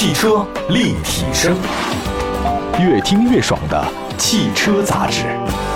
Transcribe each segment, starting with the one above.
汽车立体声，越听越爽的汽车杂志。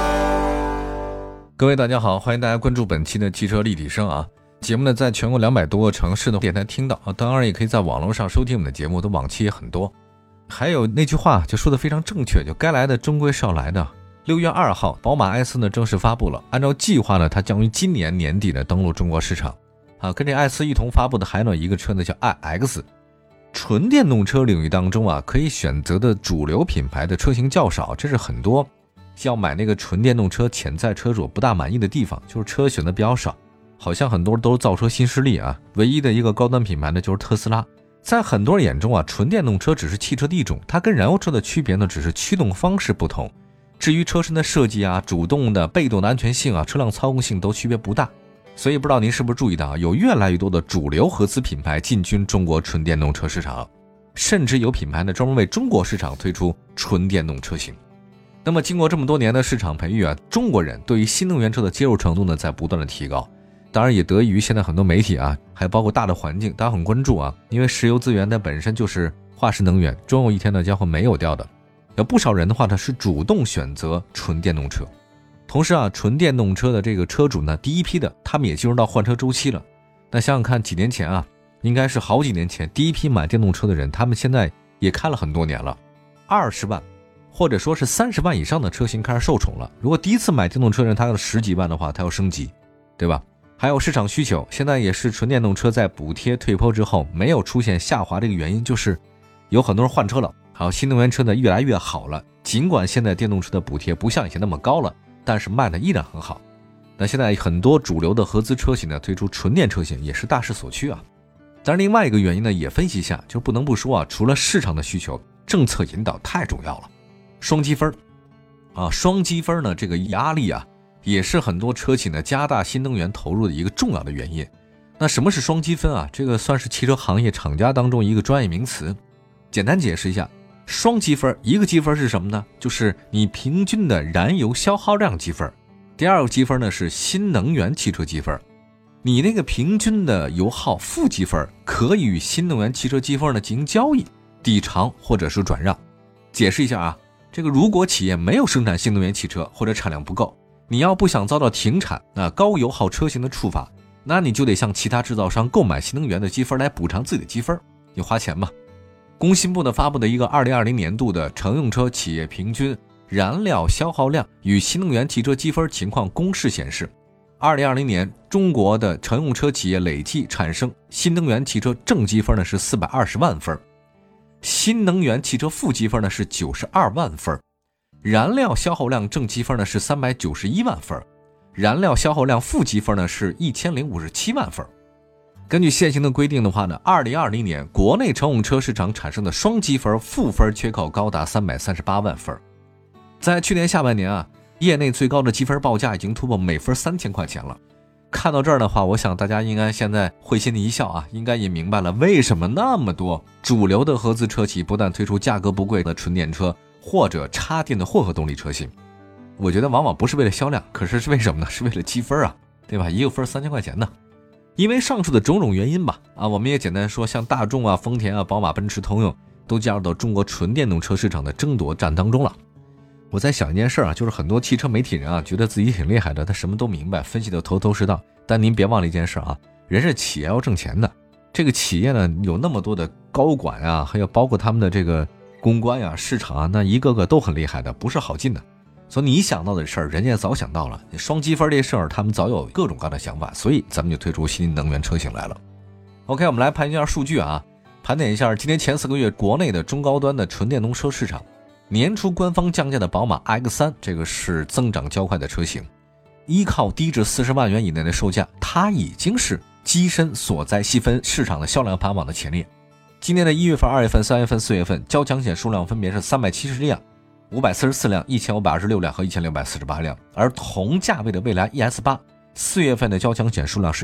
各位大家好，欢迎大家关注本期的汽车立体声啊。节目呢在全国200多个城市的电台听到，当然也可以在网络上收听我们的节目，的往期也很多。还有那句话就说的非常正确，就该来的终归是要来的。6月2号宝马 i4 呢正式发布了，按照计划呢它将于今年年底呢登陆中国市场啊。跟这 i4 一同发布的还有一个车呢叫 iX。 纯电动车领域当中啊，可以选择的主流品牌的车型较少，这是很多要买那个纯电动车潜在车主不大满意的地方，就是车选的比较少，好像很多都是造车新势力啊。唯一的一个高端品牌呢就是特斯拉。在很多人眼中啊，纯电动车只是汽车的一种，它跟燃油车的区别呢只是驱动方式不同，至于车身的设计啊、主动的、被动的安全性啊、车辆操控性都区别不大。所以不知道您是不是注意到，有越来越多的主流合资品牌进军中国纯电动车市场，甚至有品牌呢专门为中国市场推出纯电动车型。那么经过这么多年的市场培育啊，中国人对于新能源车的接受程度呢在不断的提高。当然也得益于现在很多媒体啊，还包括大的环境，大家很关注啊，因为石油资源它本身就是化石能源，终有一天呢将会没有掉的。有不少人的话呢是主动选择纯电动车。同时啊，纯电动车的这个车主呢，第一批的他们也进入到换车周期了。那想想看，几年前啊，应该是好几年前，第一批买电动车的人，他们现在也开了很多年了，20万或者说是30万以上的车型开始受宠了。如果第一次买电动车的人他有10几万的话，他要升级，对吧？还有市场需求，现在也是纯电动车在补贴退坡之后没有出现下滑，这个原因就是有很多人换车了，还有新能源车呢越来越好了。尽管现在电动车的补贴不像以前那么高了，但是卖的依然很好。那现在很多主流的合资车型呢推出纯电车型也是大势所趋啊。当然另外一个原因呢也分析一下，就不能不说啊，除了市场的需求，政策引导太重要了。双积分啊，双积分呢这个压力啊，也是很多车企呢加大新能源投入的一个重要的原因。那什么是双积分啊？这个算是汽车行业厂家当中一个专业名词。简单解释一下，双积分，一个积分是什么呢？就是你平均的燃油消耗量积分。第二个积分呢是新能源汽车积分，你那个平均的油耗负积分可以与新能源汽车积分呢进行交易、抵偿或者是转让。解释一下啊，这个如果企业没有生产新能源汽车或者产量不够，你要不想遭到停产高油耗车型的处罚，那你就得向其他制造商购买新能源的积分来补偿自己的积分，你花钱嘛。工信部呢发布的一个2020年度的乘用车企业平均燃料消耗量与新能源汽车积分情况公示显示，2020年中国的乘用车企业累计产生新能源汽车正积分呢是420万分，新能源汽车负积分呢是92万分，燃料消耗量正积分呢是391万分，燃料消耗量负积分呢是1057万分。根据现行的规定的话呢，2020年国内乘用车市场产生的双积分负分缺口高达338万分。在去年下半年啊，业内最高的积分报价已经突破每分3000块钱了。看到这儿的话，我想大家应该现在会心的一笑啊，应该也明白了为什么那么多主流的合资车企不但推出价格不贵的纯电车或者插电的混合动力车型。我觉得往往不是为了销量，可是为什么呢？是为了积分啊，对吧？一个分3000块钱呢。因为上述的种种原因吧，我们也简单说，像大众啊、丰田啊、宝马、奔驰、通用都加入到中国纯电动车市场的争夺战当中了。我在想一件事啊，就是很多汽车媒体人啊，觉得自己挺厉害的，他什么都明白，分析的头头是道。但您别忘了一件事啊，人是企业要挣钱的，这个企业呢有那么多的高管啊，还有包括他们的这个公关啊、市场啊，那一个个都很厉害的，不是好进的。所以你想到的事儿，人家早想到了。双积分这事儿，他们早有各种各样的想法，所以咱们就推出新能源车型来了。OK， 我们来盘一下数据啊，盘点一下今年前4个月国内的中高端的纯电动车市场。年初官方降价的宝马 X3， 这个是增长较快的车型，依靠低至40万元以内的售价，它已经是跻身所在细分市场的销量排行榜的前列。今年的1月份、2月份、3月份、4月份交强险数量分别是370辆、544辆、1526辆和1648辆，而同价位的蔚来 ES8 4月份的交强险数量是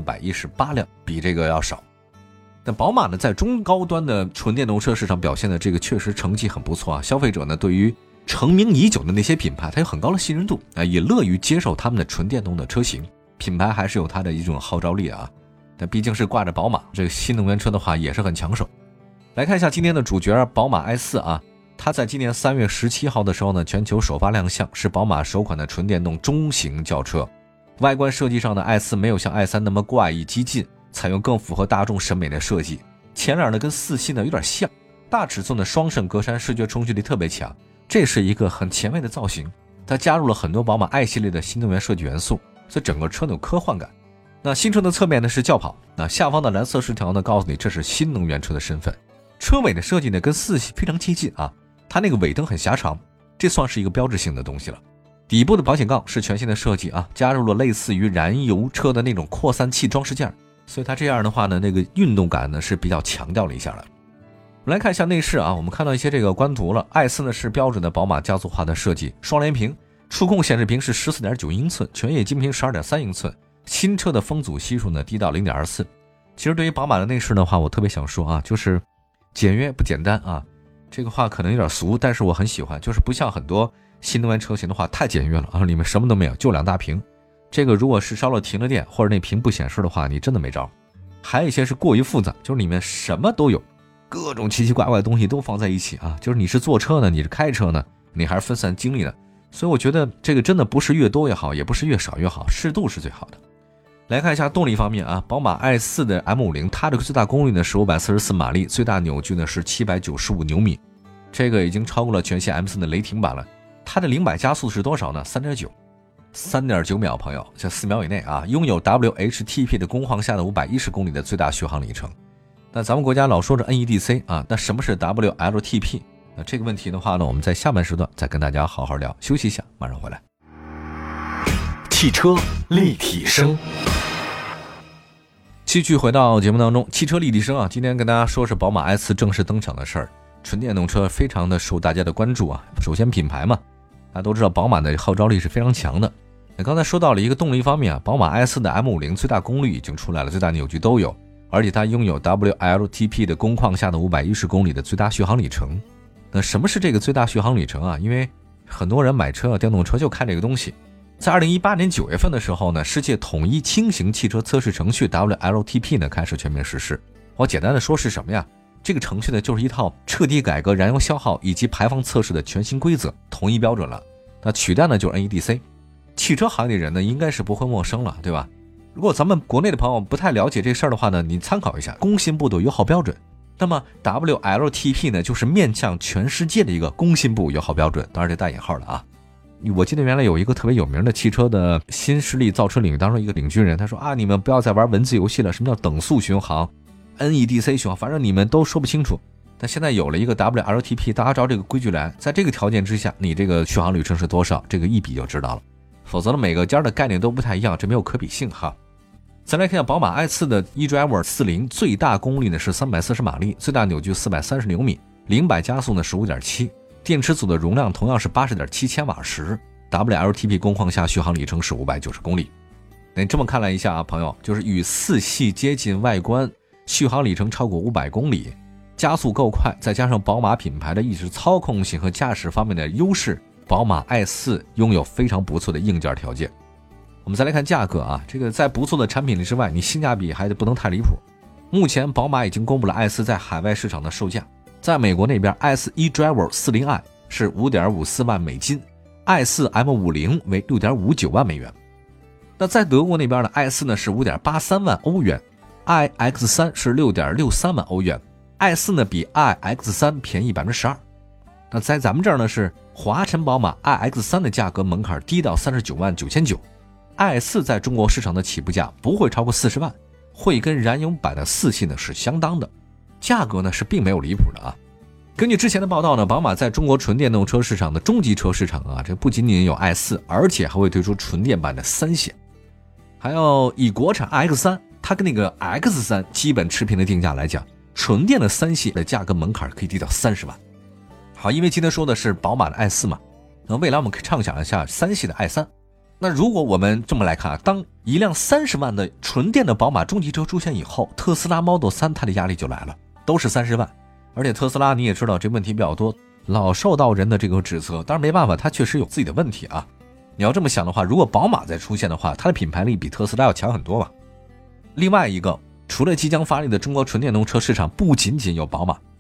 1618辆，比这个要少。但宝马呢，在中高端的纯电动车市场表现的这个确实成绩很不错啊。消费者呢，对于成名已久的那些品牌，它有很高的信任度啊，也乐于接受他们的纯电动的车型。品牌还是有它的一种号召力啊。但毕竟是挂着宝马，这个新能源车的话也是很抢手。 来看一下今天的主角宝马 i4 啊，它在今年3月17号的时候呢，全球首发亮相，是宝马首款的纯电动中型轿车。外观设计上的 i4 没有像 i3 那么怪异激进，采用更符合大众审美的设计。前脸呢跟4系呢有点像，大尺寸的双肾格栅视觉冲击力特别强，这是一个很前卫的造型。它加入了很多宝马 i 系列的新能源设计元素，所以整个车有科幻感。那新车的侧面呢是轿跑，那下方的蓝色饰条呢告诉你这是新能源车的身份。车尾的设计呢跟4系非常接近啊，它那个尾灯很狭长，这算是一个标志性的东西了。底部的保险杠是全新的设计啊，加入了类似于燃油车的那种扩散器装饰件，所以它这样的话呢，那个运动感呢是比较强调了一下的。我们来看一下内饰啊，我们看到一些这个官图了。i4 呢是标准的宝马家族化的设计，双联屏，触控显示屏是 14.9 英寸，全液晶屏 12.3 英寸，新车的风阻系数呢低到 0.24。 其实对于宝马的内饰的话，我特别想说啊，就是简约不简单啊，这个话可能有点俗，但是我很喜欢，就是不像很多新能源车型的话太简约了啊，里面什么都没有，就2大屏。这个如果是烧了停了电或者那屏不显示的话，你真的没招。还有一些是过于复杂，就是里面什么都有，各种奇奇怪怪的东西都放在一起啊，就是你是坐车呢，你是开车呢，你还是分散精力呢，所以我觉得这个真的不是越多越好，也不是越少越好，适度是最好的。来看一下动力方面啊，宝马 i4 的 M50 它这个最大功率呢是544马力，最大扭矩呢是795牛米，这个已经超过了全系 M4 的雷霆版了。它的0-100加速是多少呢？ 3.9 秒，朋友，在4秒以内啊，拥有 WHTP 的工况下的510公里的最大续航里程。那咱们国家老说着 NEDC 啊，那什么是 WLTP？ 那这个问题的话呢，我们在下半时段再跟大家好好聊。休息一下，马上回来。 汽车立体声， 继续回到节目当中，汽车立体声啊，今天跟大家说是宝马 i4 正式登场的事儿。纯电动车非常的受大家的关注啊，首先品牌嘛，大家都知道宝马的号召力是非常强的。那刚才说到了一个动力方面啊，宝马 i4 的 M50 最大功率已经出来了，最大扭矩都有，而且它拥有 WLTP 的工况下的510公里的最大续航里程。那什么是这个最大续航里程啊？因为很多人买车电动车就看这个东西。在2018年9月份的时候呢，世界统一轻型汽车测试程序 WLTP 呢开始全面实施。我简单的说是什么呀？这个程序呢就是一套彻底改革燃油消耗以及排放测试的全新规则，统一标准了。那取代呢就是 NEDC。汽车行业人呢应该是不会陌生了，对吧？如果咱们国内的朋友不太了解这事儿的话呢，你参考一下工信部的油耗标准。那么 WLTP 呢就是面向全世界的一个工信部油耗标准，当然这带引号了啊。我记得原来有一个特别有名的汽车的新势力造车领域当中一个领军人，他说啊，你们不要再玩文字游戏了，什么叫等速巡航NEDC 巡航，反正你们都说不清楚。但现在有了一个 WLTP， 大家照这个规矩来，在这个条件之下，你这个续航里程是多少，这个一比就知道了。否则呢，每个家的概念都不太一样，这没有可比性哈。再来看一下宝马 i4 的 eDriver 40，最大功率呢是340马力，最大扭矩430牛米，0-100加速呢是 5.7， 电池组的容量同样是 80.7 千瓦时， WLTP 工况下续航里程是590公里。那这么看来一下啊，朋友，就是与4系接近外观，续航里程超过500公里，加速够快，再加上宝马品牌的意识操控性和驾驶方面的优势，宝马 i4 拥有非常不错的硬件条件。我们再来看价格啊，这个在不错的产品力之外，你性价比还不能太离谱。目前宝马已经公布了 i4 在海外市场的售价，在美国那边 i4 eDriver 40i 是 5.54 万美金， i4 M50 为 6.59 万美元。那在德国那边的 i4 呢是 5.83 万欧元， iX3 是 6.63 万欧元， i4 呢比 iX3 便宜 12%。 那在咱们这儿呢是华晨宝马 iX3 的价格门槛低到 39万9,900， i4 在中国市场的起步价不会超过40万，会跟燃油版的4系呢是相当的，价格呢是并没有离谱的啊。根据之前的报道呢，宝马在中国纯电动车市场的中级车市场啊，这不仅仅有 i4， 而且还会推出纯电版的3系，还有以国产 iX3 它跟那个 X3 基本持平的定价来讲，纯电的3系的价格门槛可以低到30万。好，因为今天说的是宝马的 i4 嘛，那未来我们可以畅想一下3系的 i3。那如果我们这么来看啊，当一辆30万的纯电的宝马中级车出现以后，特斯拉 Model 3它的压力就来了，都是30万。而且特斯拉你也知道这问题比较多，老受到人的这个指责，当然没办法，它确实有自己的问题啊。你要这么想的话，如果宝马再出现的话，它的品牌力比特斯拉要强很多吧。另外一个，除了即将发力的中国纯电动车市场不仅仅有宝马，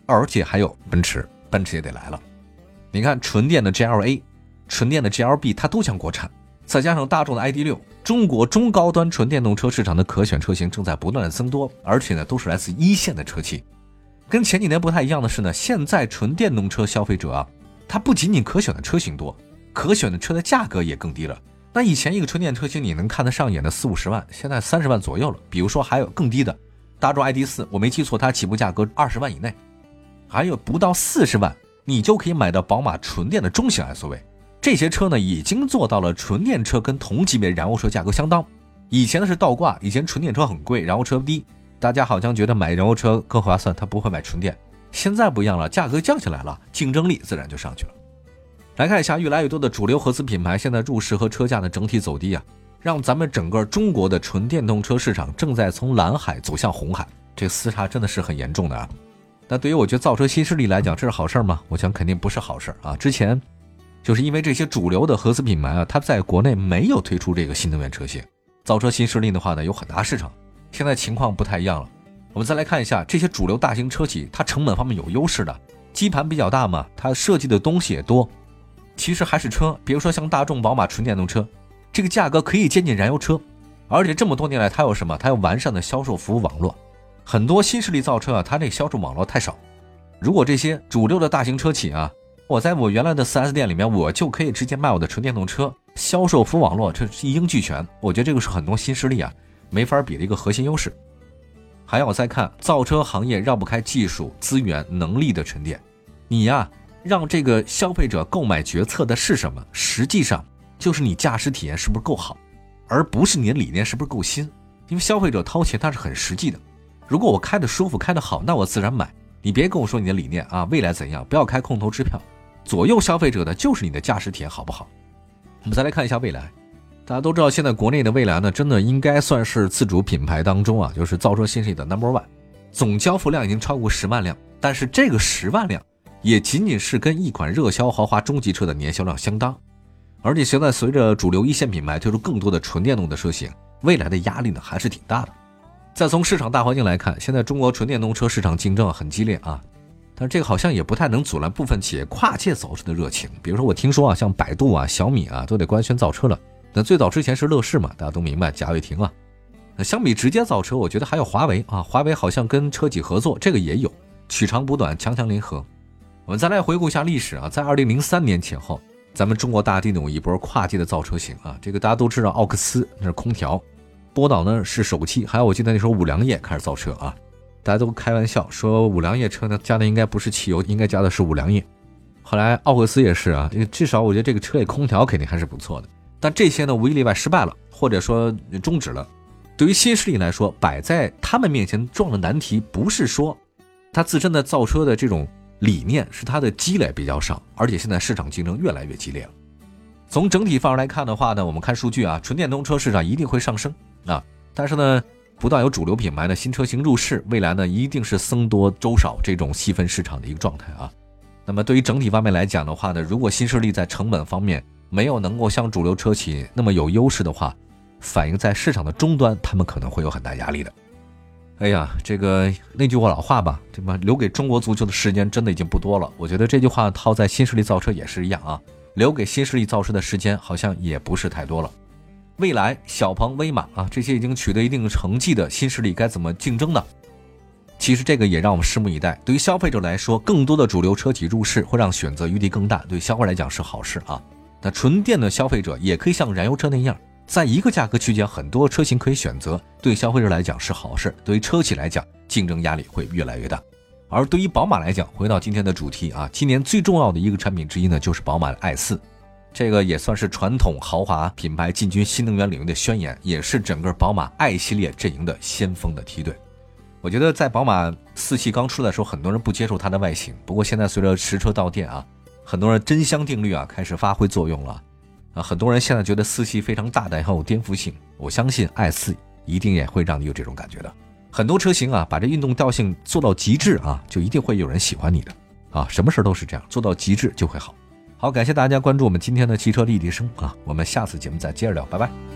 而且还有奔驰也得来了。你看纯电的 GLA、纯电的 GLB 它都将国产，再加上大众的 ID.6， 中国中高端纯电动车市场的可选车型正在不断的增多，而且呢都是来自一线的车企。跟前几年不太一样的是呢，现在纯电动车消费者啊，它不仅仅可选的车型多，可选的车的价格也更低了。那以前一个纯电车型你能看得上眼的40-50万，现在30万左右了。比如说还有更低的大众 ID.4， 我没记错它起步价格20万以内，还有不到40万你就可以买到宝马纯电的中型 SUV。 这些车呢已经做到了纯电车跟同级别燃油车价格相当。以前的是倒挂，以前纯电车很贵，燃油车低，大家好像觉得买燃油车更划算，他不会买纯电。现在不一样了，价格降下来了，竞争力自然就上去了。来看一下，越来越多的主流合资品牌现在入市和车价的整体走低啊，让咱们整个中国的纯电动车市场正在从蓝海走向红海，这厮杀真的是很严重的啊。那对于我觉得造车新势力来讲，这是好事吗？我想肯定不是好事啊。之前就是因为这些主流的合资品牌啊，它在国内没有推出这个新能源车型，造车新势力的话呢有很大市场。现在情况不太一样了，我们再来看一下这些主流大型车企，它成本方面有优势的，基盘比较大嘛，它设计的东西也多。其实还是车，比如说像大众、宝马纯电动车，这个价格可以接近燃油车，而且这么多年来它有什么？它有完善的销售服务网络。很多新势力造车啊，它这销售网络太少。如果这些主流的大型车企啊，我在我原来的 4S 店里面，我就可以直接卖我的纯电动车，销售服务网络这一应俱全，我觉得这个是很多新势力啊没法比的一个核心优势。还有再看造车行业绕不开技术、资源、能力的沉淀。你呀，让这个消费者购买决策的是什么？实际上就是你驾驶体验是不是够好，而不是你的理念是不是够新。因为消费者掏钱它是很实际的，如果我开的舒服、开的好，那我自然买。你别跟我说你的理念啊，未来怎样，不要开空头支票。左右消费者的就是你的驾驶体验好不好。我们再来看一下蔚来。大家都知道现在国内的蔚来呢，真的应该算是自主品牌当中啊，就是造车新势力的 No.1， 总交付量已经超过10万辆，但是这个10万辆也仅仅是跟一款热销豪华中级车的年销量相当。而且现在随着主流一线品牌推出更多的纯电动的车型，蔚来的压力呢还是挺大的。再从市场大环境来看，现在中国纯电动车市场竞争很激烈啊，但是这个好像也不太能阻拦部分企业跨界造车的热情。比如说我听说啊，像百度啊、小米啊都得官宣造车了。那最早之前是乐视嘛，大家都明白，贾跃亭啊。那相比直接造车，我觉得还有华为啊，华为好像跟车企合作，这个也有，取长补短，强强联合。我们再来回顾一下历史啊，在2003年前后，咱们中国大地有一波跨界的造车型啊，这个大家都知道，奥克斯那是空调，波导呢是手机，还有我记得那时候五粮液开始造车啊，大家都开玩笑说五粮液车呢加的应该不是汽油，应该加的是五粮液。后来奥克斯也是啊，至少我觉得这个车里空调肯定还是不错的。但这些呢无一例外失败了，或者说终止了。对于新势力来说，摆在他们面前撞的难题不是说他自身的造车的这种理念，是他的积累比较少，而且现在市场竞争越来越激烈了。从整体范围来看的话呢，我们看数据啊，纯电动车市场一定会上升啊，但是呢不但有主流品牌的新车型入市，未来呢一定是僧多粥少这种细分市场的一个状态啊。那么对于整体方面来讲的话呢，如果新势力在成本方面没有能够像主流车企那么有优势的话，反映在市场的终端，他们可能会有很大压力的。哎呀，这个那句老话吧，对吧？留给中国足球的时间真的已经不多了。我觉得这句话套在新势力造车也是一样啊，留给新势力造车的时间好像也不是太多了。未来小鹏、威马啊，这些已经取得一定成绩的新势力该怎么竞争呢？其实这个也让我们拭目以待。对于消费者来说，更多的主流车企入市会让选择余地更大，对消费者来讲是好事啊。那纯电的消费者也可以像燃油车那样，在一个价格区间很多车型可以选择，对消费者来讲是好事，对于车企来讲竞争压力会越来越大。而对于宝马来讲，回到今天的主题啊，今年最重要的一个产品之一呢，就是宝马的 i4， 这个也算是传统豪华品牌进军新能源领域的宣言，也是整个宝马 i 系列阵营的先锋的梯队。我觉得在宝马4系刚出来的时候，很多人不接受它的外形，不过现在随着实车到店啊，很多人真香定律啊开始发挥作用了啊，很多人现在觉得4系非常大胆，很有颠覆性。我相信 i4 一定也会让你有这种感觉的。很多车型啊，把这运动调性做到极致啊，就一定会有人喜欢你的啊。什么事都是这样，做到极致就会好。好，感谢大家关注我们今天的汽车立体声啊，我们下次节目再接着聊，拜拜。